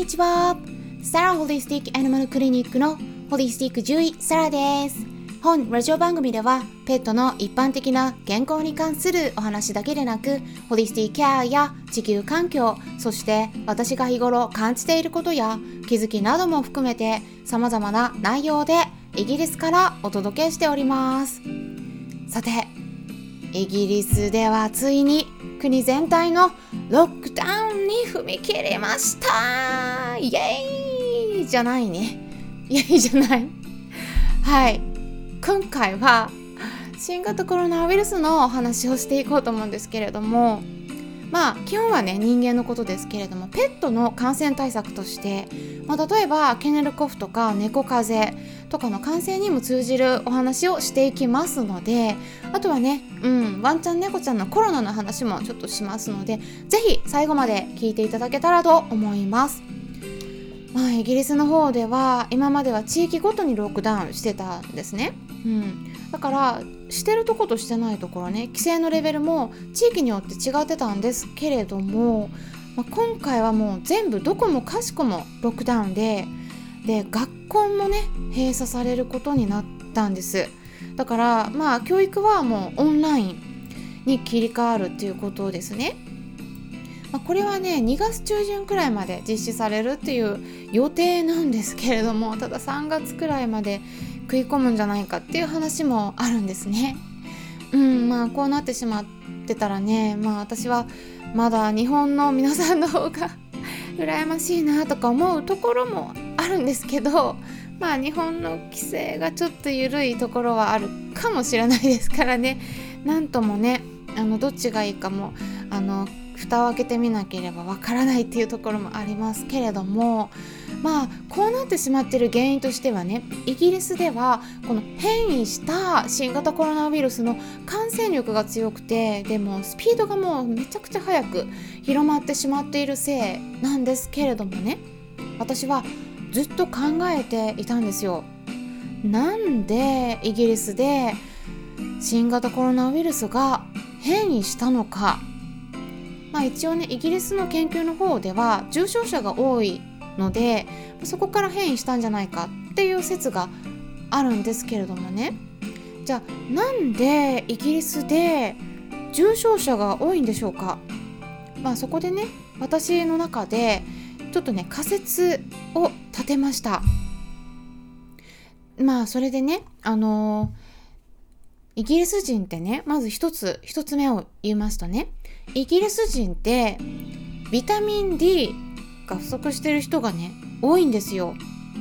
にちは。サラホリスティックアニマルクリニックのホリスティック獣医サラです。本ラジオ番組ではペットの一般的な健康に関するお話だけでなく、ホリスティックケアや地球環境、そして私が日頃感じていることや気づきなども含めて様々な内容でイギリスからお届けしております。さて、イギリスではついに国全体のロックダウンに踏み切りました。イエーイじゃないね。イエーイじゃない。はい。今回は新型コロナウイルスのお話をしていこうと思うんですけれども、基本はね人間のことですけれども、ペットの感染対策として、例えばケネルコフとか猫風邪とかの感染にも通じるお話をしていきますので、あとはね、ワンちゃん猫ちゃんのコロナの話もちょっとしますので、ぜひ最後まで聞いていただけたらと思います。イギリスの方では今までは地域ごとにロックダウンしてたんですね。だからしてるとことしてないところね、規制のレベルも地域によって違ってたんですけれども、今回はもう全部どこもかしこもロックダウンで学校もね閉鎖されることになったんです。だから教育はもうオンラインに切り替わるっていうことですね。これはね2月中旬くらいまで実施されるっていう予定なんですけれども、ただ3月くらいまで食い込むんじゃないかっていう話もあるんですね。こうなってしまってたらね、私はまだ日本の皆さんの方が羨ましいなとか思うところもあるんですけど、日本の規制がちょっと緩いところはあるかもしれないですからね、なんともねどっちがいいかも蓋を開けてみなければわからないっていうところもありますけれども、こうなってしまっている原因としてはね、イギリスではこの変異した新型コロナウイルスの感染力が強くて、でもスピードがもうめちゃくちゃ早く広まってしまっているせいなんですけれどもね、私はずっと考えていたんですよ。なんでイギリスで新型コロナウイルスが変異したのか。一応ねイギリスの研究の方では重症者が多いので、そこから変異したんじゃないかっていう説があるんですけれどもね、じゃあなんでイギリスで重症者が多いんでしょうか。そこでね私の中でちょっとね仮説を立てました。それでねイギリス人ってね、まず一つ目を言いますとね、イギリス人ってビタミン D が不足してる人がね多いんですよ。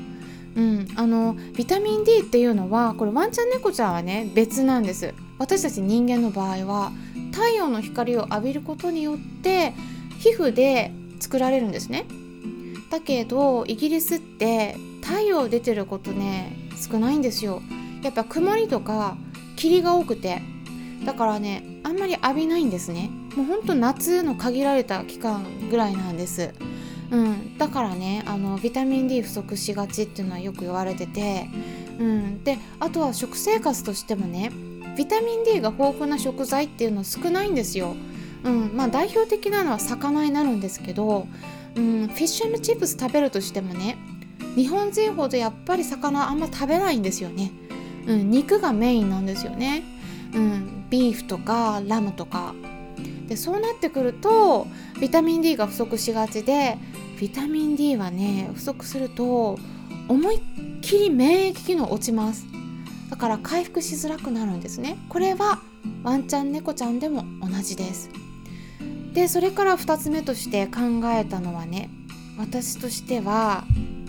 ビタミン D っていうのはこれワンちゃん猫ちゃんはね別なんです。私たち人間の場合は太陽の光を浴びることによって皮膚で作られるんですね。だけどイギリスって太陽出てることね少ないんですよ。やっぱ曇りとか霧が多くて、だからねあんまり浴びないんですね。もうほんと夏の限られた期間ぐらいなんです。だからねビタミン D 不足しがちっていうのはよく言われてて、であとは食生活としてもねビタミン D が豊富な食材っていうのは少ないんですよ。代表的なのは魚になるんですけど、フィッシュ&チップス食べるとしてもね、日本人ほどやっぱり魚あんま食べないんですよね。肉がメインなんですよね。ビーフとかラムとかで、そうなってくるとビタミン D が不足しがちで、ビタミン D はね不足すると思いっきり免疫機能落ちます。だから回復しづらくなるんですね。これはワンちゃん猫ちゃんでも同じです。でそれから2つ目として考えたのはね、私としては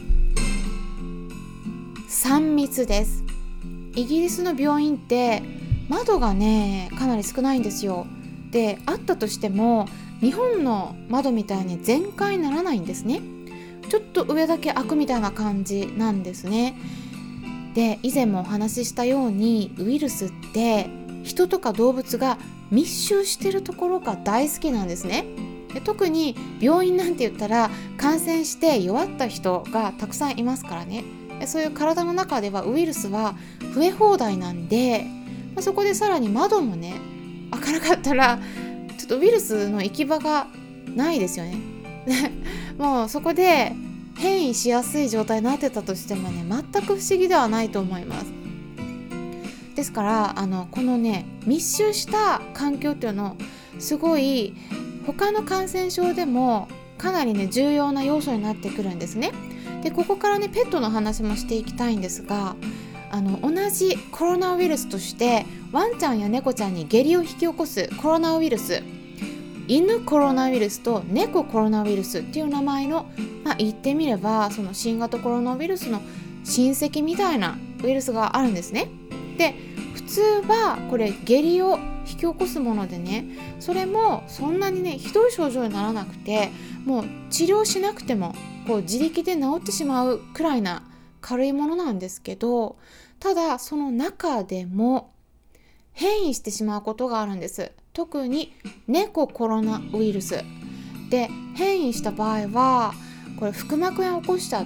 3密です。イギリスの病院って窓がねかなり少ないんですよ。であったとしても日本の窓みたいに全開にならないんですね。ちょっと上だけ開くみたいな感じなんですね。で以前もお話ししたようにウイルスって人とか動物が密集してるところが大好きなんですね。で特に病院なんて言ったら感染して弱った人がたくさんいますからね。そういう体の中ではウイルスは増え放題なんで、そこでさらに窓もね開かなかったらちょっとウイルスの行き場がないですよね。もうそこで変異しやすい状態になってたとしてもね、全く不思議ではないと思います。ですからこのね密集した環境っていうのすごい他の感染症でもかなりね重要な要素になってくるんですね。でここからねペットの話もしていきたいんですが、同じコロナウイルスとしてワンちゃんや猫ちゃんに下痢を引き起こすコロナウイルス、犬コロナウイルスと猫コロナウイルスっていう名前の、言ってみればその新型コロナウイルスの親戚みたいなウイルスがあるんですね。で普通はこれ下痢を引き起こすものでね、それもそんなにねひどい症状にならなくて、もう治療しなくても自力で治ってしまうくらいな軽いものなんですけど、ただその中でも変異してしまうことがあるんです。特に猫コロナウイルスで変異した場合はこれ腹膜炎を起こしちゃって、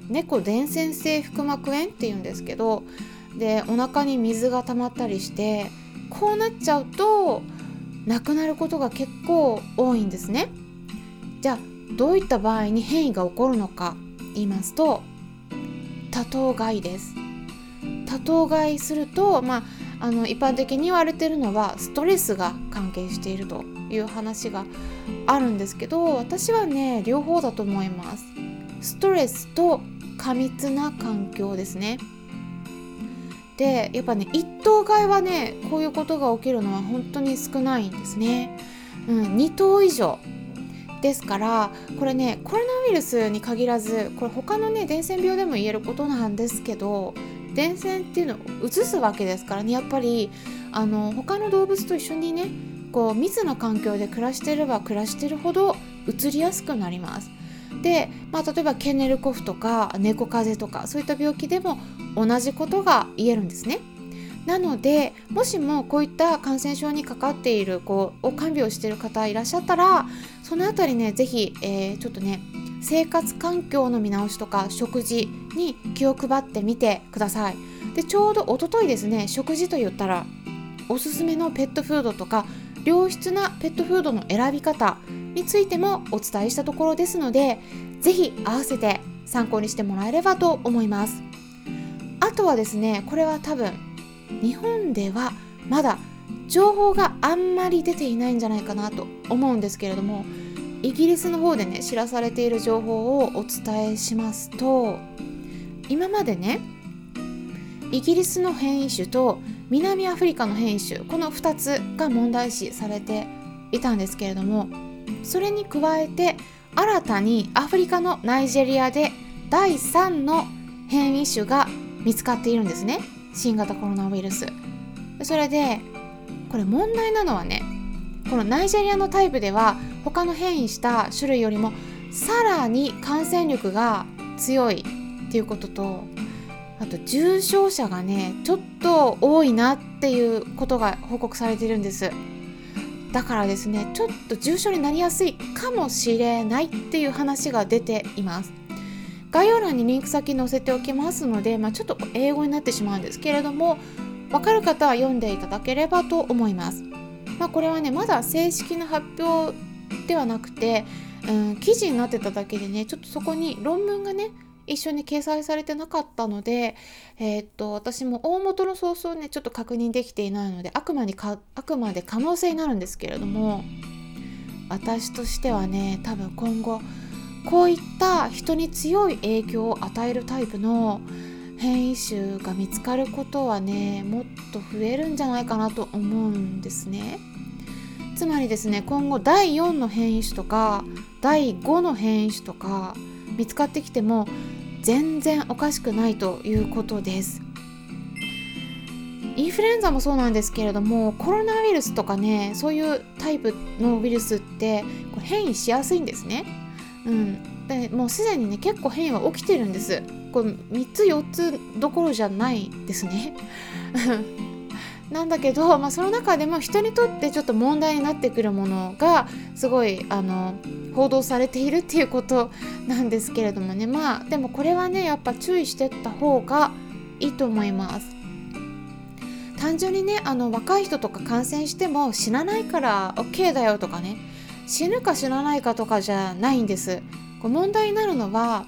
猫伝染性腹膜炎っていうんですけど、でお腹に水が溜まったりして、こうなっちゃうと亡くなることが結構多いんですね。じゃあどういった場合に変異が起こるのか言いますと、多頭飼いです。多頭飼いすると、一般的に言われているのはストレスが関係しているという話があるんですけど、私はね両方だと思います。ストレスと過密な環境ですね。でやっぱね一頭飼いはねこういうことが起きるのは本当に少ないんですね。2頭以上ですから、これねコロナウイルスに限らず、これ他のね伝染病でも言えることなんですけど、伝染っていうのを移すわけですからね、やっぱり他の動物と一緒にね密な環境で暮らしていれば暮らしているほど移りやすくなります。で、例えばケネルコフとか猫風邪とかそういった病気でも同じことが言えるんですね。なのでもしもこういった感染症にかかっている看病している方いらっしゃったら、そのあたりねぜひ、ちょっとね生活環境の見直しとか食事に気を配ってみてください。でちょうど一昨日ですね、食事と言ったらおすすめのペットフードとか良質なペットフードの選び方についてもお伝えしたところですので、ぜひ合わせて参考にしてもらえればと思います。あとはですね、これは多分日本ではまだ情報があんまり出ていないんじゃないかなと思うんですけれども、イギリスの方でね知らされている情報をお伝えしますと、今までねイギリスの変異種と南アフリカの変異種、この2つが問題視されていたんですけれども、それに加えて新たにアフリカのナイジェリアで第3の変異種が見つかっているんですね、新型コロナウイルス。それでこれ問題なのはね、このナイジェリアのタイプでは他の変異した種類よりもさらに感染力が強いっていうことと、あと重症者がねちょっと多いなっていうことが報告されているんです。だからですね、ちょっと重症になりやすいかもしれないっていう話が出ています。概要欄にリンク先載せておきますので、ちょっと英語になってしまうんですけれども、分かる方は読んでいただければと思います。これはねまだ正式な発表ではなくて、記事になってただけでね、ちょっとそこに論文がね一緒に掲載されてなかったので、私も大元のソースをねちょっと確認できていないので、あくまで可能性になるんですけれども、私としてはね多分今後こういった人に強い影響を与えるタイプの変異種が見つかることはねもっと増えるんじゃないかなと思うんですね。つまりですね、今後第4の変異種とか第5の変異種とか見つかってきても全然おかしくないということです。インフルエンザもそうなんですけれども、コロナウイルスとかねそういうタイプのウイルスってこれ変異しやすいんですね。でもうすでにね結構変異は起きてるんです。これ3つ4つどころじゃないですねなんだけど、その中でも人にとってちょっと問題になってくるものがすごい報道されているっていうことなんですけれどもね、でもこれはねやっぱ注意していった方がいいと思います。単純にね若い人とか感染しても死なないから OK だよとかね、死ぬか死なないかとかじゃないんです。問題になるのは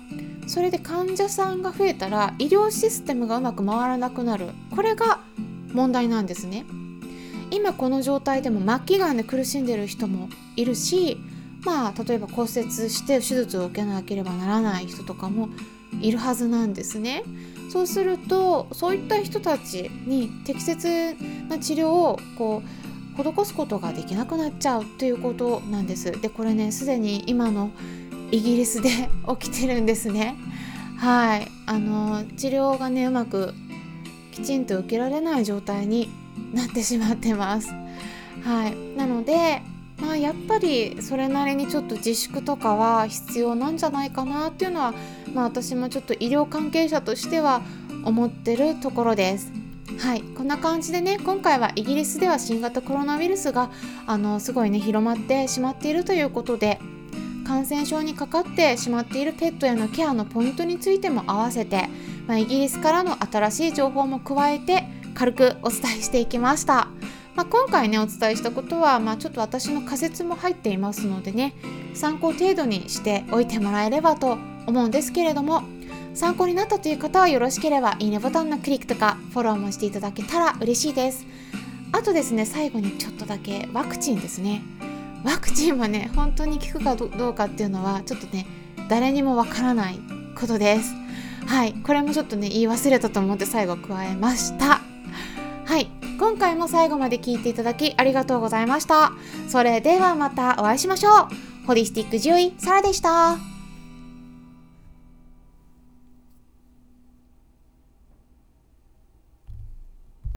それで患者さんが増えたら医療システムがうまく回らなくなる。これが問題なんですね。今この状態でも末期がんで苦しんでいる人もいるし、例えば骨折して手術を受けなければならない人とかもいるはずなんですね。そうするとそういった人たちに適切な治療を施すことができなくなっちゃうということなんです。でこれね、すでに今のイギリスで起きてるんですね。はい、治療がねうまくきちんと受けられない状態になってしまってます。はい、なのでやっぱりそれなりにちょっと自粛とかは必要なんじゃないかなっていうのは、私もちょっと医療関係者としては思ってるところです。はい、こんな感じでね、今回はイギリスでは新型コロナウイルスがすごいね広まってしまっているということで、感染症にかかってしまっているペットへのケアのポイントについても合わせて、イギリスからの新しい情報も加えて軽くお伝えしていきました。今回ねお伝えしたことは、ちょっと私の仮説も入っていますのでね、参考程度にしておいてもらえればと思うんですけれども、参考になったという方はよろしければいいねボタンのクリックとかフォローもしていただけたら嬉しいです。あとですね、最後にちょっとだけワクチンですね。ワクチンはね本当に効くかどうかっていうのはちょっとね誰にもわからないことです。はい、これもちょっとね言い忘れたと思って最後加えました。はい、今回も最後まで聞いていただきありがとうございました。それではまたお会いしましょう。ホリスティック獣医サラでした。